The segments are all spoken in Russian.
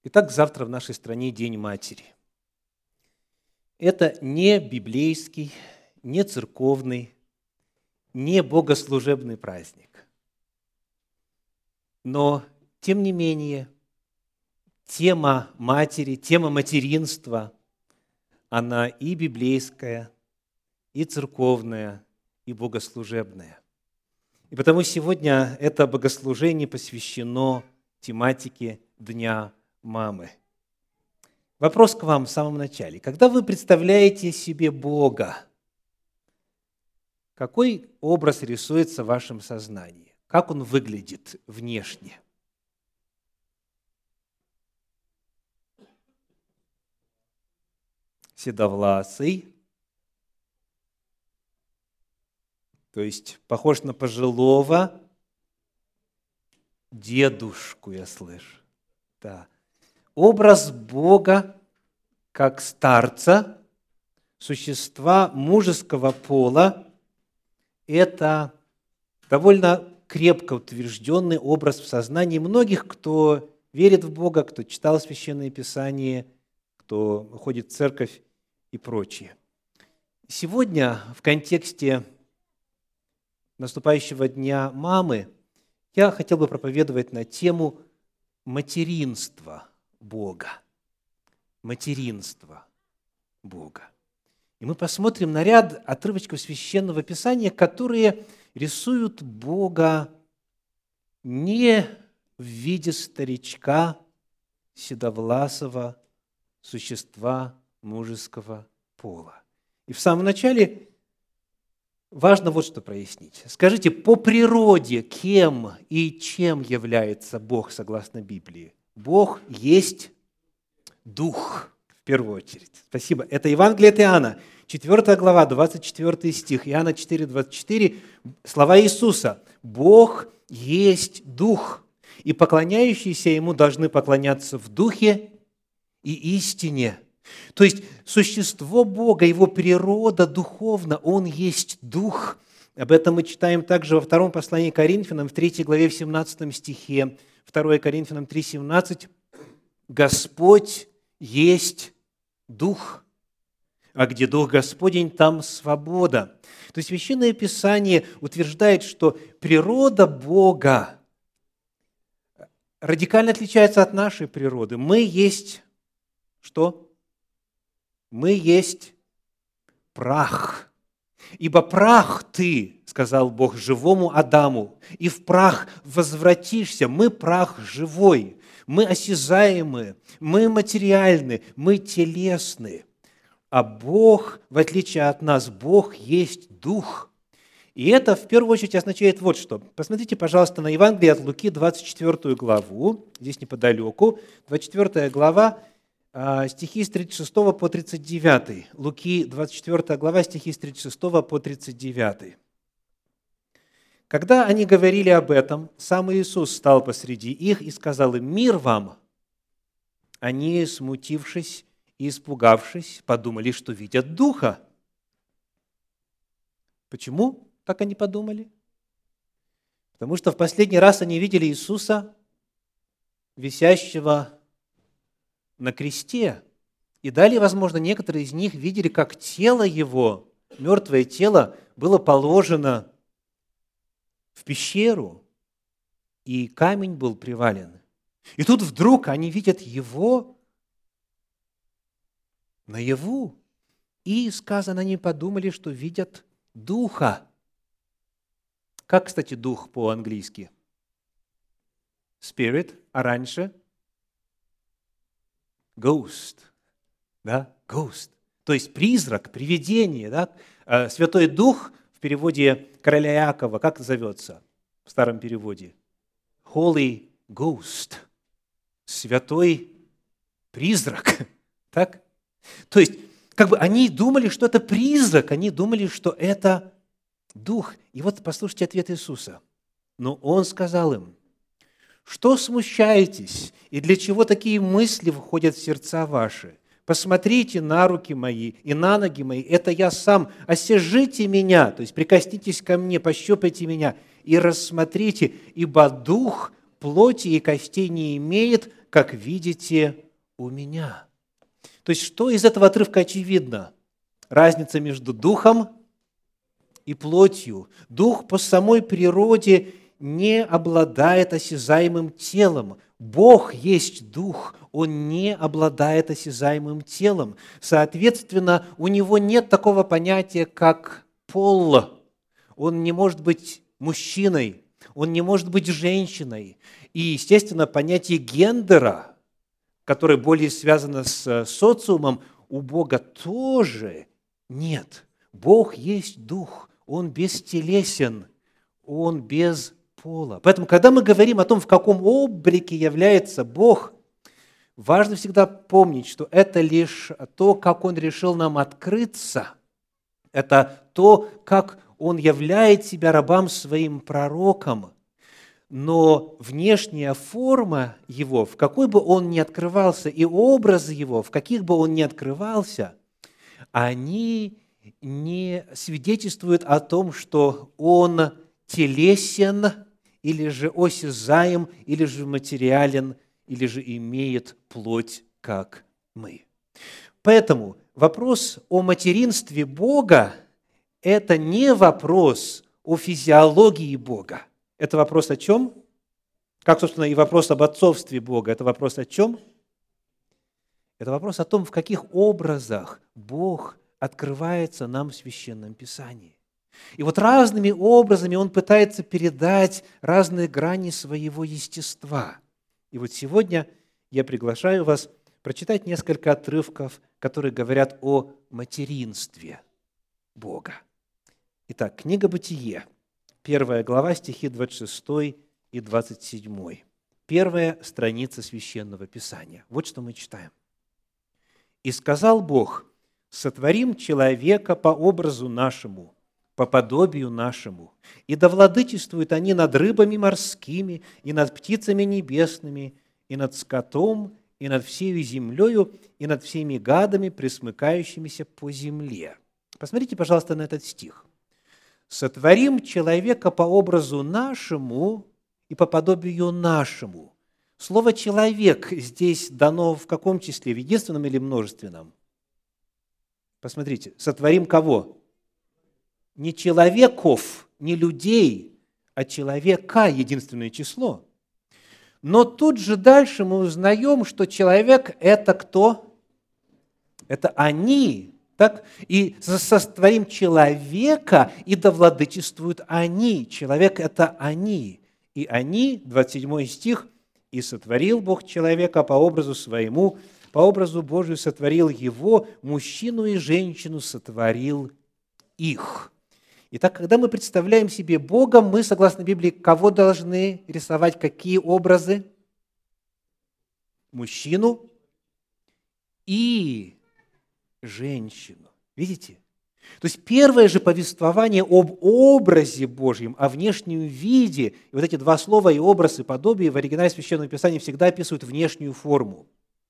Итак, завтра в нашей стране День Матери. Это не библейский, не церковный, не богослужебный праздник. Но, тем не менее, тема матери, тема материнства, она и библейская, и церковная, и богослужебная. И потому сегодня это богослужение посвящено тематике Дня мамы. Вопрос к вам в самом начале. Когда вы представляете себе Бога, какой образ рисуется в вашем сознании? Как Он выглядит внешне? Седовласый, то есть похож на пожилого дедушку, я слышу. Да. Образ Бога как старца, существа мужеского пола – это довольно крепко утвержденный образ в сознании многих, кто верит в Бога, кто читал Священное Писание, кто ходит в церковь и прочее. Сегодня в контексте наступающего Дня мамы я хотел бы проповедовать на тему материнства Бога. Материнство Бога. И мы посмотрим на ряд отрывочков Священного Писания, которые рисуют Бога не в виде старичка, седовласого существа мужеского пола. И в самом начале важно вот что прояснить. Скажите, по природе кем и чем является Бог согласно Библии? Бог есть Дух, в первую очередь. Спасибо. Это Евангелие от Иоанна, 4 глава, 24 стих, Иоанна 4, 24, слова Иисуса. «Бог есть Дух, и поклоняющиеся Ему должны поклоняться в Духе и истине». То есть существо Бога, Его природа духовна, Он есть Дух. Об этом мы читаем также во втором послании к Коринфянам, в 3 главе, в 17 стихе, 2 Коринфянам 3, 17. «Господь есть Дух, а где Дух Господень, там свобода». То есть Священное Писание утверждает, что природа Бога радикально отличается от нашей природы. Мы есть что? Мы есть прах. «Ибо прах ты, — сказал Бог живому Адаму, — и в прах возвратишься». Мы прах живой, мы осязаемые, мы материальны, мы телесны. А Бог, в отличие от нас, Бог есть Дух. И это в первую очередь означает вот что. Посмотрите, пожалуйста, на Евангелие от Луки, 24 главу, здесь неподалеку, 24 глава, стихи с 36 по 39. Луки, 24 глава, стихи с 36 по 39. Когда они говорили об этом, сам Иисус стал посреди их и сказал им: «Мир вам!» Они, смутившись и испугавшись, подумали, что видят Духа. Почему так они подумали? Потому что в последний раз они видели Иисуса, висящего на кресте. И далее, возможно, некоторые из них видели, как тело его, мертвое тело, было положено в пещеру, и камень был привален. И тут вдруг они видят его наяву. И, сказано, они подумали, что видят Духа. Как, кстати, дух по-английски? Spirit, а раньше? Ghost. Да? Ghost. То есть призрак, привидение. Да? Святой Дух в переводе короля Иакова как зовется в старом переводе? Holy Ghost. Святой призрак. Так? То есть, как бы они думали, что это призрак, они думали, что это Дух. И вот послушайте ответ Иисуса. Но Он сказал им: «Что смущаетесь, и для чего такие мысли входят в сердца ваши? Посмотрите на руки мои и на ноги мои, это я сам, осяжите меня», то есть прикоснитесь ко мне, пощупайте меня и рассмотрите, ибо Дух плоти и костей не имеет, как видите у меня». То есть, что из этого отрывка очевидно? Разница между духом и плотью. Дух по самой природе не обладает осязаемым телом. Бог есть дух, он не обладает осязаемым телом. Соответственно, у него нет такого понятия, как пол. Он не может быть мужчиной, он не может быть женщиной. И, естественно, понятие гендера, которое более связано с социумом, у Бога тоже нет. Бог есть дух, он бестелесен, он без пола. Поэтому, когда мы говорим о том, в каком облике является Бог, важно всегда помнить, что это лишь то, как Он решил нам открыться, это то, как Он являет себя рабам своим пророком. Но внешняя форма Его, в какой бы Он ни открывался, и образы Его, в каких бы Он ни открывался, они не свидетельствуют о том, что Он телесен, или же осязаем, или же материален, или же имеет плоть, как мы. Поэтому вопрос о материнстве Бога – это не вопрос о физиологии Бога. Это вопрос о чем? Как, собственно, и вопрос об отцовстве Бога. Это вопрос о чем? Это вопрос о том, в каких образах Бог открывается нам в Священном Писании. И вот разными образами Он пытается передать разные грани своего естества. И вот сегодня я приглашаю вас прочитать несколько отрывков, которые говорят о материнстве Бога. Итак, книга «Бытие», 1 глава, стихи 26 и 27. Первая страница Священного Писания. Вот что мы читаем. «И сказал Бог: сотворим человека по образу нашему, по подобию нашему, и да владычествуют они над рыбами морскими, и над птицами небесными, и над скотом, и над всею землею, и над всеми гадами, пресмыкающимися по земле». Посмотрите, пожалуйста, на этот стих. «Сотворим человека по образу нашему и по подобию нашему». Слово «человек» здесь дано в каком числе? В единственном или множественном? Посмотрите, сотворим кого? Не человеков, не людей, а человека, единственное число. Но тут же дальше мы узнаем, что человек – это кто? Это они. Так? И сотворим человека, и да владычествуют они. Человек – это они. И они, 27 стих, «И сотворил Бог человека по образу своему, по образу Божию сотворил его, мужчину и женщину сотворил их». Итак, когда мы представляем себе Бога, мы, согласно Библии, кого должны рисовать, какие образы? Мужчину и женщину. Видите? То есть первое же повествование об образе Божьем, о внешнем виде, и вот эти два слова, и образ, и подобие, в оригинале Священного Писания всегда описывают внешнюю форму.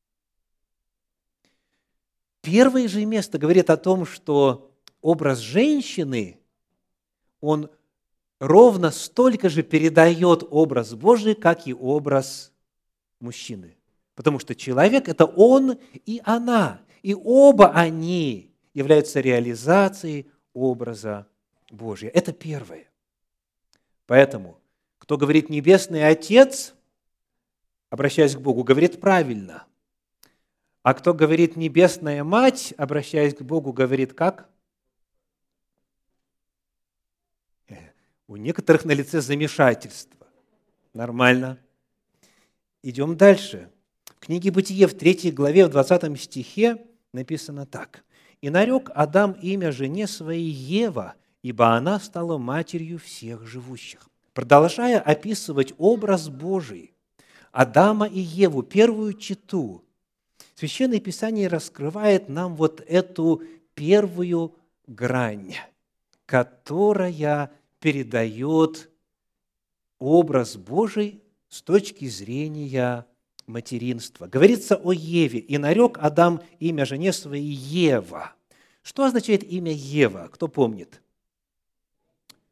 Первое же место говорит о том, что образ женщины, он ровно столько же передает образ Божий, как и образ мужчины. Потому что человек – это он и она, и оба они являются реализацией образа Божия. Это первое. Поэтому, кто говорит «Небесный Отец», обращаясь к Богу, говорит правильно. А кто говорит «Небесная Мать», обращаясь к Богу, говорит как? У некоторых на лице замешательство. Нормально. Идем дальше. В книге «Бытие» в 3 главе, в 20 стихе написано так. «И нарек Адам имя жене своей Ева, ибо она стала матерью всех живущих». Продолжая описывать образ Божий, Адама и Еву, первую чету, Священное Писание раскрывает нам вот эту первую грань, которая передает образ Божий с точки зрения материнства. Говорится о Еве. «И нарек Адам имя жене своей Ева». Что означает имя Ева? Кто помнит?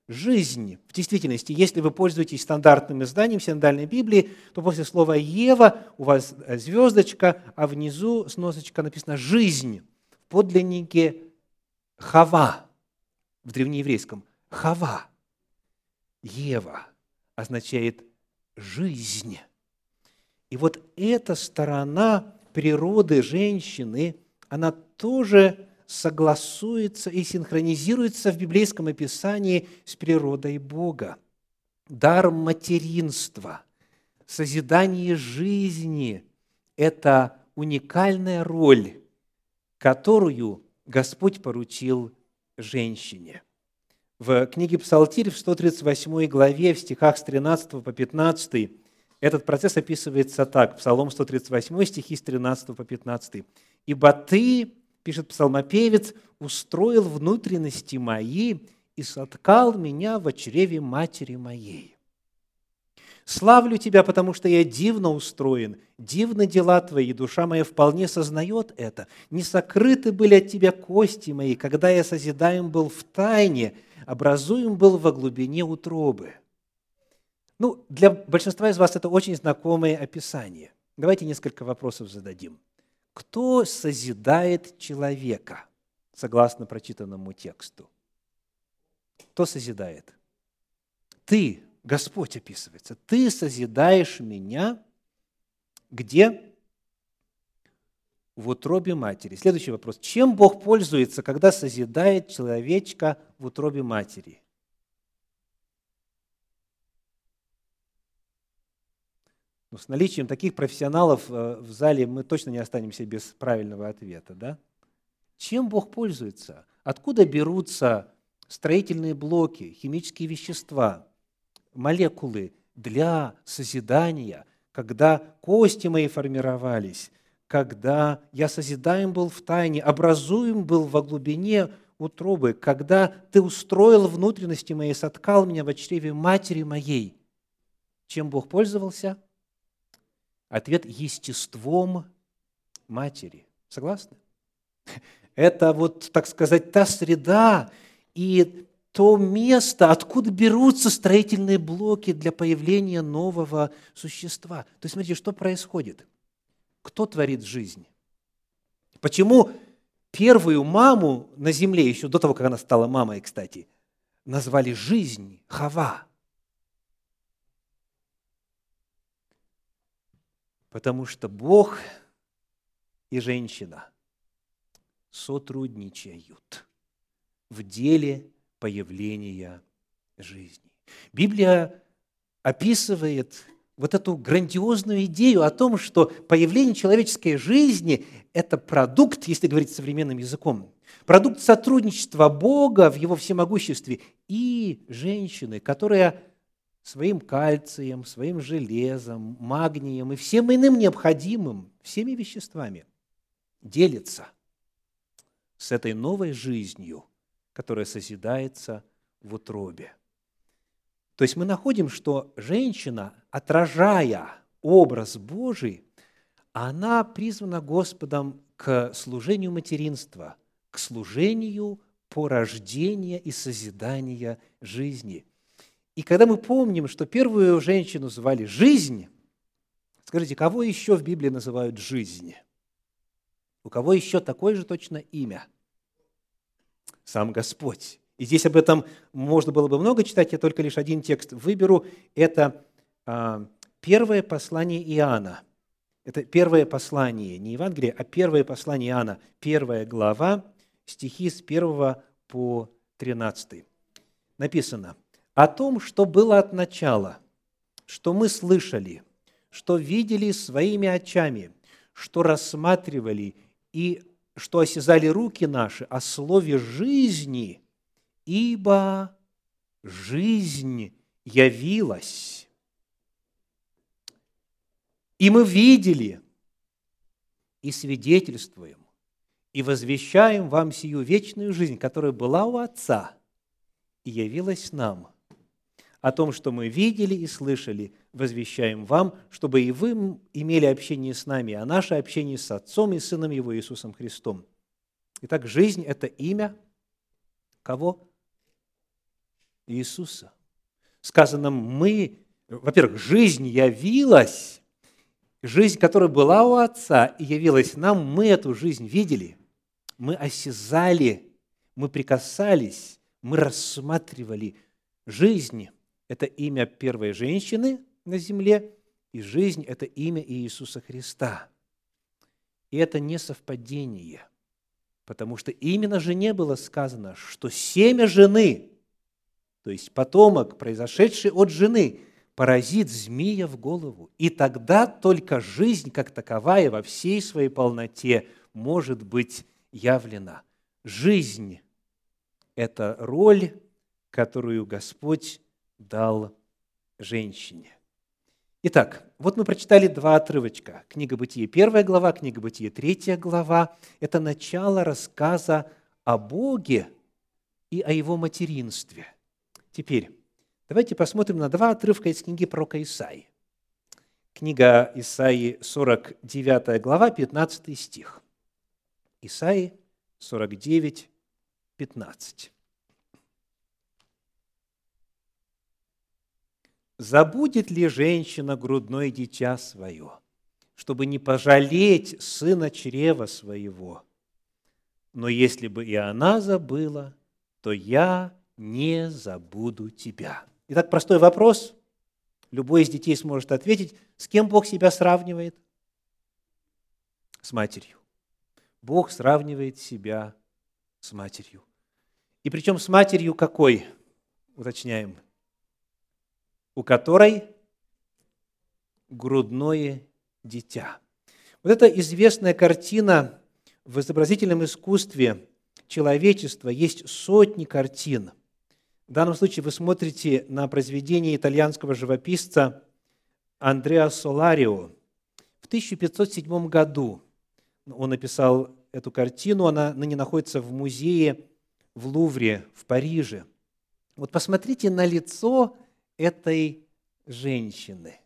жизнь. В действительности, если вы пользуетесь стандартным изданием синодальной Библии, то после слова «Ева» у вас звездочка, а внизу сносочка написано «жизнь». В подлиннике «Хава», в древнееврейском «Хава». Ева означает «жизнь». И вот эта сторона природы женщины, она тоже согласуется и синхронизируется в библейском описании с природой Бога. Дар материнства, созидание жизни – это уникальная роль, которую Господь поручил женщине. В книге Псалтирь в 138 главе, в стихах с 13 по 15, этот процесс описывается так. Псалом 138, стихи с 13 по 15. «Ибо Ты, — пишет псалмопевец, — устроил внутренности мои и соткал меня в чреве матери моей. Славлю Тебя, потому что я дивно устроен, дивны дела Твои, и душа моя вполне сознает это. Не сокрыты были от Тебя кости мои, когда я созидаем был в тайне, образуем был во глубине утробы». Для большинства из вас это очень знакомое описание. Давайте несколько вопросов зададим. Кто созидает человека, согласно прочитанному тексту? Кто созидает? Ты, Господь описывается. Ты созидаешь меня где? В утробе матери. Следующий вопрос. Чем Бог пользуется, когда созидает человечка в утробе матери? С наличием таких профессионалов в зале мы точно не останемся без правильного ответа, да? Чем Бог пользуется? Откуда берутся строительные блоки, химические вещества, молекулы для созидания, когда кости мои формировались, когда я созидаем был в тайне, образуем был во глубине утробы, когда Ты устроил внутренности мои, соткал меня во чреве матери моей? Чем Бог пользовался? Ответ – естеством матери. Согласны? Это так сказать, та среда и то место, откуда берутся строительные блоки для появления нового существа. То есть, смотрите, что происходит. Кто творит жизнь? Почему первую маму на земле, еще до того, как она стала мамой, кстати, назвали жизнь Хава? Потому что Бог и женщина сотрудничают в деле появления жизни. Библия описывает эту грандиозную идею о том, что появление человеческой жизни – это продукт, если говорить современным языком, продукт сотрудничества Бога в Его всемогуществе и женщины, которая своим кальцием, своим железом, магнием и всем иным необходимым, всеми веществами делится с этой новой жизнью, которая созидается в утробе. То есть мы находим, что женщина, отражая образ Божий, она призвана Господом к служению материнства, к служению порождения и созидания жизни. И когда мы помним, что первую женщину звали «Жизнь», скажите, кого еще в Библии называют «Жизнь»? У кого еще такое же точно имя? Сам Господь. И здесь об этом можно было бы много читать, я только лишь один текст выберу. Это первое послание Иоанна. Это первое послание, не Евангелие, а первое послание Иоанна, 1 глава, стихи с 1 по 13. Написано: «О том, что было от начала, что мы слышали, что видели своими очами, что рассматривали и что осязали руки наши о слове жизни, ибо жизнь явилась. И мы видели и свидетельствуем, и возвещаем вам сию вечную жизнь, которая была у Отца и явилась нам. О том, что мы видели и слышали, возвещаем вам, чтобы и вы имели общение с нами, а наше общение с Отцом и Сыном Его Иисусом Христом». Итак, жизнь – это имя кого? Иисуса. Сказано, во-первых, жизнь явилась, жизнь, которая была у Отца и явилась нам, мы эту жизнь видели, мы осязали, мы прикасались, мы рассматривали. Жизнь – это имя первой женщины на земле, и жизнь – это имя Иисуса Христа. И это не совпадение, потому что именно жене было сказано, что семя жены, то есть потомок, произошедший от жены, поразит змея в голову. И тогда только жизнь, как таковая, во всей своей полноте может быть явлена. Жизнь – это роль, которую Господь дал женщине. Итак, вот мы прочитали два отрывочка. Книга Бытие 1 глава, книга Бытие 3 глава. Это начало рассказа о Боге и о Его материнстве. Теперь давайте посмотрим на два отрывка из книги пророка Исаии. Книга Исаии, 49 глава, 15 стих. Исаии 49, 15. «Забудет ли женщина грудное дитя свое, чтобы не пожалеть сына чрева своего? Но если бы и она забыла, то я не забуду тебя». Итак, простой вопрос. Любой из детей сможет ответить. С кем Бог себя сравнивает? С матерью. Бог сравнивает себя с матерью. И причем с матерью какой? Уточняем. У которой грудное дитя. Вот эта известная картина в изобразительном искусстве человечества, есть сотни картин. В данном случае вы смотрите на произведение итальянского живописца Андреа Соларио. В 1507 году он написал эту картину, она ныне находится в музее в Лувре, в Париже. Вот посмотрите на лицо этой женщины.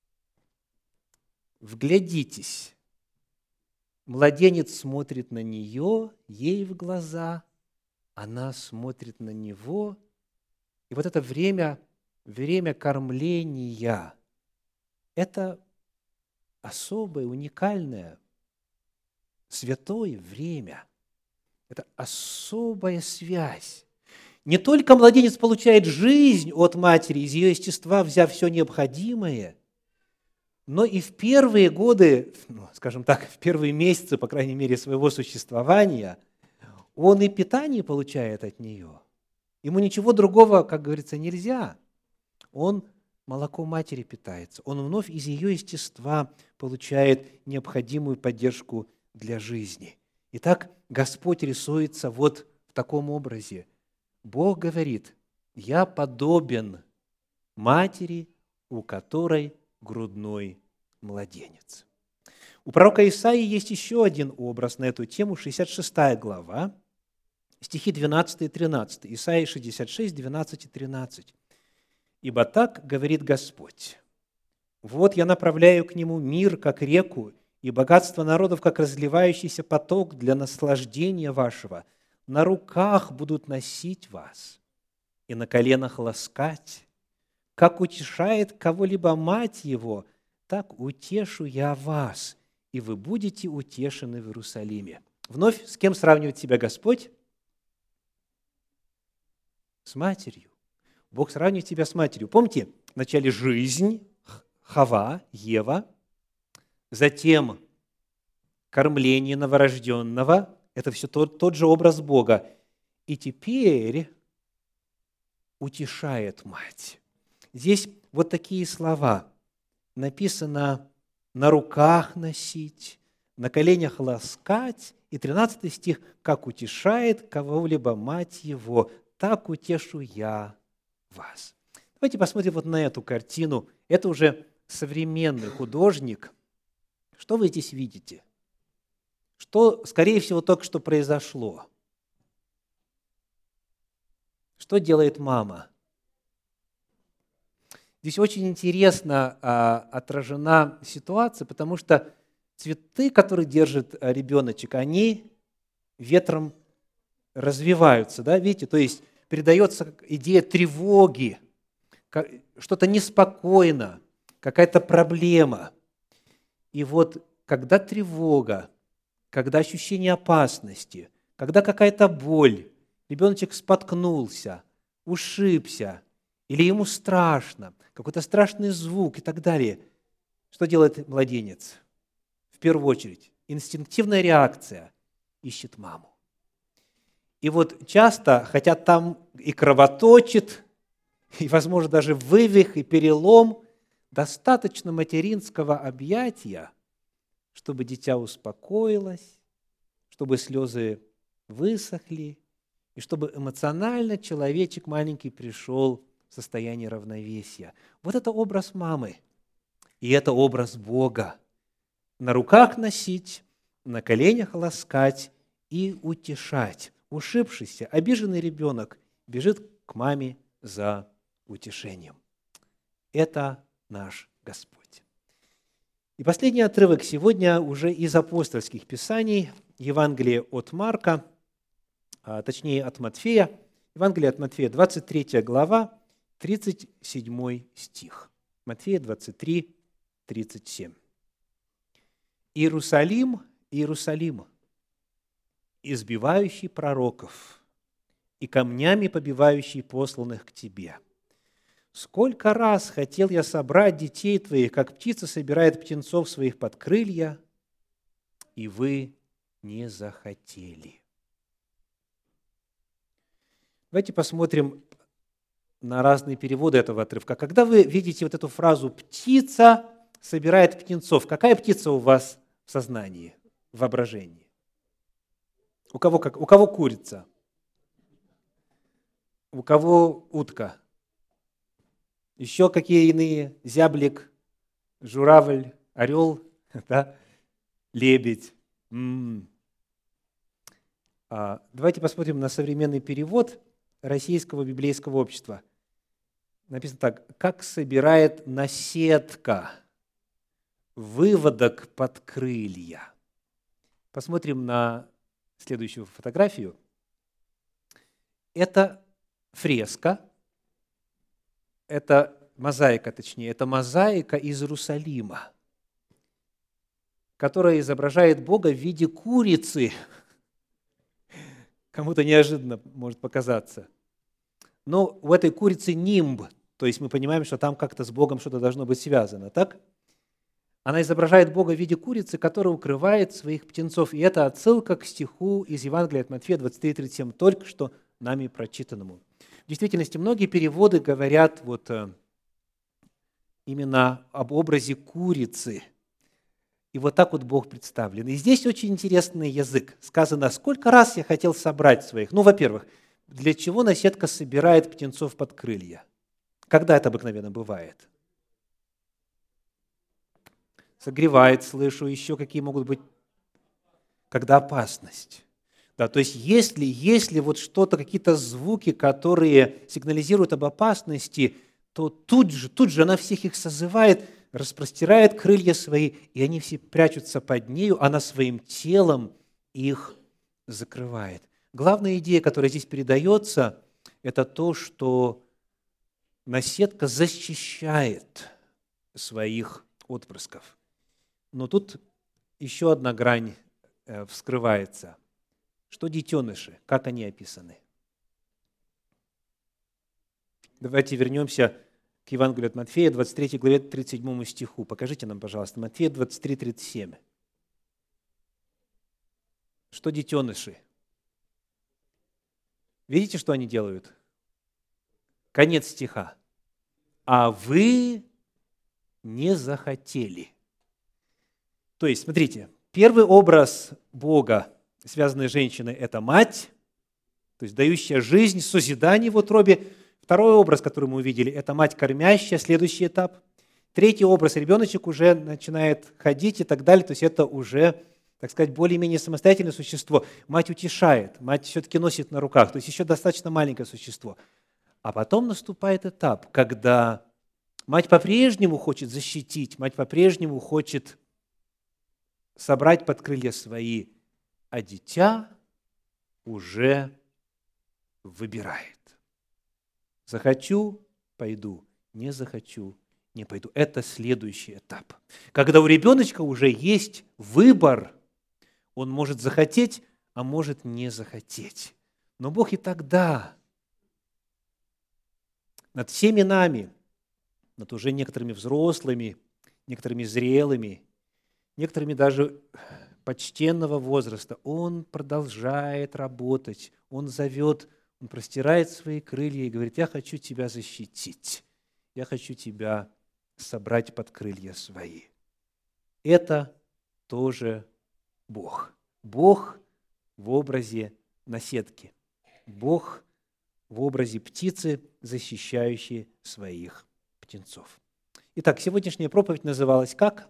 Вглядитесь. Младенец смотрит на нее, ей в глаза, она смотрит на него. И вот это время кормления, это особое, уникальное, святое время. Это особая связь. Не только младенец получает жизнь от матери, из ее естества взяв все необходимое, но и в первые годы, скажем так, в первые месяцы, по крайней мере, своего существования, он и питание получает от нее. Ему ничего другого, как говорится, нельзя. Он молоком матери питается. Он вновь из ее естества получает необходимую поддержку для жизни. Итак, Господь рисуется вот в таком образе. Бог говорит: «Я подобен матери, у которой грудной младенец». У пророка Исаии есть еще один образ на эту тему, 66 глава, стихи 12 и 13. Исаии 66, 12 и 13. «Ибо так говорит Господь: вот я направляю к нему мир, как реку, и богатство народов, как разливающийся поток для наслаждения вашего. На руках будут носить вас и на коленах ласкать. Как утешает кого-либо мать его, так утешу я вас, и вы будете утешены в Иерусалиме». Вновь с кем сравнивает себя Господь? С матерью. Бог сравнивает себя с матерью. Помните, вначале жизнь, Хава, Ева, затем кормление новорожденного. Это все тот же образ Бога. И теперь утешает мать. Здесь вот такие слова. Написано: на руках носить, на коленях ласкать. И 13 стих: как утешает кого-либо мать его, так утешу я вас. Давайте посмотрим вот на эту картину. Это уже современный художник. Что вы здесь видите? Что, скорее всего, только что произошло? Что делает мама? Здесь очень интересно отражена ситуация, потому что цветы, которые держит ребеночек, они ветром развиваются, да, видите? То есть передается идея тревоги, что-то неспокойно, какая-то проблема. И вот когда тревога, когда ощущение опасности, когда какая-то боль, ребеночек споткнулся, ушибся, или ему страшно, какой-то страшный звук и так далее, что делает младенец? В первую очередь, инстинктивная реакция – ищет маму. И вот часто, хотя там и кровоточит, и, возможно, даже вывих и перелом, достаточно материнского объятия, чтобы дитя успокоилось, чтобы слезы высохли, и чтобы эмоционально человечек маленький пришел в состояние равновесия. Вот это образ мамы, и это образ Бога. На руках носить, на коленях ласкать и утешать. Ушибшийся, обиженный ребенок бежит к маме за утешением. Это наш Господь. И последний отрывок сегодня уже из апостольских писаний, Евангелие от Марка, точнее от Матфея, Евангелие от Матфея, 23 глава, 37 стих. Матфея 23, 37. «Иерусалим, Иерусалим, избивающий пророков и камнями побивающий посланных к тебе. Сколько раз хотел я собрать детей твоих, как птица собирает птенцов своих под крылья, и вы не захотели». Давайте посмотрим на разные переводы этого отрывка. Когда вы видите вот эту фразу «птица собирает птенцов», какая птица у вас в сознании, в воображении? У кого курица? У кого утка? Еще какие иные? Зяблик, журавль, орел, да? Лебедь. Давайте посмотрим на современный перевод Российского библейского общества. Написано так: «Как собирает наседка выводок под крылья». Посмотрим на следующую фотографию. Это фреска, это мозаика, точнее, это мозаика из Иерусалима, которая изображает Бога в виде курицы. Кому-то неожиданно может показаться. Но у этой курицы нимб, то есть мы понимаем, что там как-то с Богом что-то должно быть связано, так? Она изображает Бога в виде курицы, которая укрывает своих птенцов. И это отсылка к стиху из Евангелия от Матфея 23:37, только что нами прочитанному. В действительности многие переводы говорят вот именно об образе курицы. И вот так вот Бог представлен. И здесь очень интересный язык. Сказано: сколько раз я хотел собрать своих. Ну, во-первых, для чего наседка собирает птенцов под крылья? Когда это обыкновенно бывает? Согревает, слышу, еще какие могут быть, когда опасность. Да, то есть если вот что-то, какие-то звуки, которые сигнализируют об опасности, то тут же она всех их созывает, распростирает крылья свои, и они все прячутся под нею, она своим телом их закрывает. Главная идея, которая здесь передается, это то, что наседка защищает своих отпрысков. Но тут еще одна грань вскрывается. Что детеныши? Как они описаны? Давайте вернемся к Евангелию от Матфея, 23 главе, 37 стиху. Покажите нам, пожалуйста, Матфея 23, 37. Что детеныши? Видите, что они делают? Конец стиха. «А вы не захотели». То есть, смотрите, первый образ Бога, связанный с женщиной, это мать, то есть дающая жизнь, созидание в утробе. Второй образ, который мы увидели, это мать кормящая, следующий этап. Третий образ, ребеночек уже начинает ходить и так далее, то есть это уже, так сказать, более-менее самостоятельное существо. Мать утешает, мать все-таки носит на руках, то есть еще достаточно маленькое существо. А потом наступает этап, когда мать по-прежнему хочет защитить, мать по-прежнему хочет собрать под крылья свои, а дитя уже выбирает. Захочу – пойду, не захочу – не пойду. Это следующий этап. Когда у ребеночка уже есть выбор, он может захотеть, а может не захотеть. Но Бог и тогда над всеми нами, над уже некоторыми взрослыми, некоторыми зрелыми, некоторыми даже почтенного возраста, Он продолжает работать, Он зовет, Он простирает свои крылья и говорит: я хочу тебя защитить, я хочу тебя собрать под крылья свои. Это тоже Бог. Бог в образе наседки. Бог в образе птицы, защищающей своих птенцов. Итак, сегодняшняя проповедь называлась как?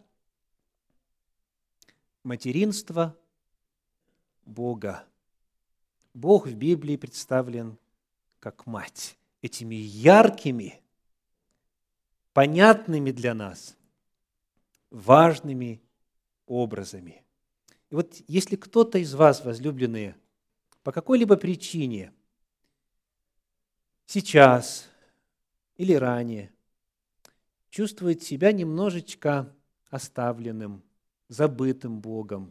Материнство Бога. Бог в Библии представлен как мать. Этими яркими, понятными для нас, важными образами. И вот если кто-то из вас, возлюбленные, по какой-либо причине сейчас или ранее чувствует себя немножечко оставленным, забытым Богом,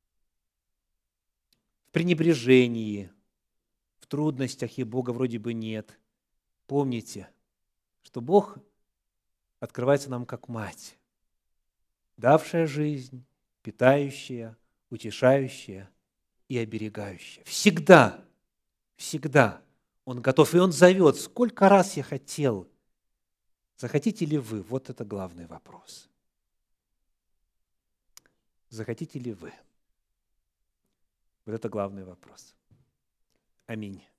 в пренебрежении, в трудностях, и Бога вроде бы нет, помните, что Бог открывается нам как мать, давшая жизнь, питающая, утешающая и оберегающая. Всегда, всегда Он готов, и Он зовет. Сколько раз я хотел. Захотите ли вы? Вот это главный вопрос. Захотите ли вы? Вот это главный вопрос. Аминь.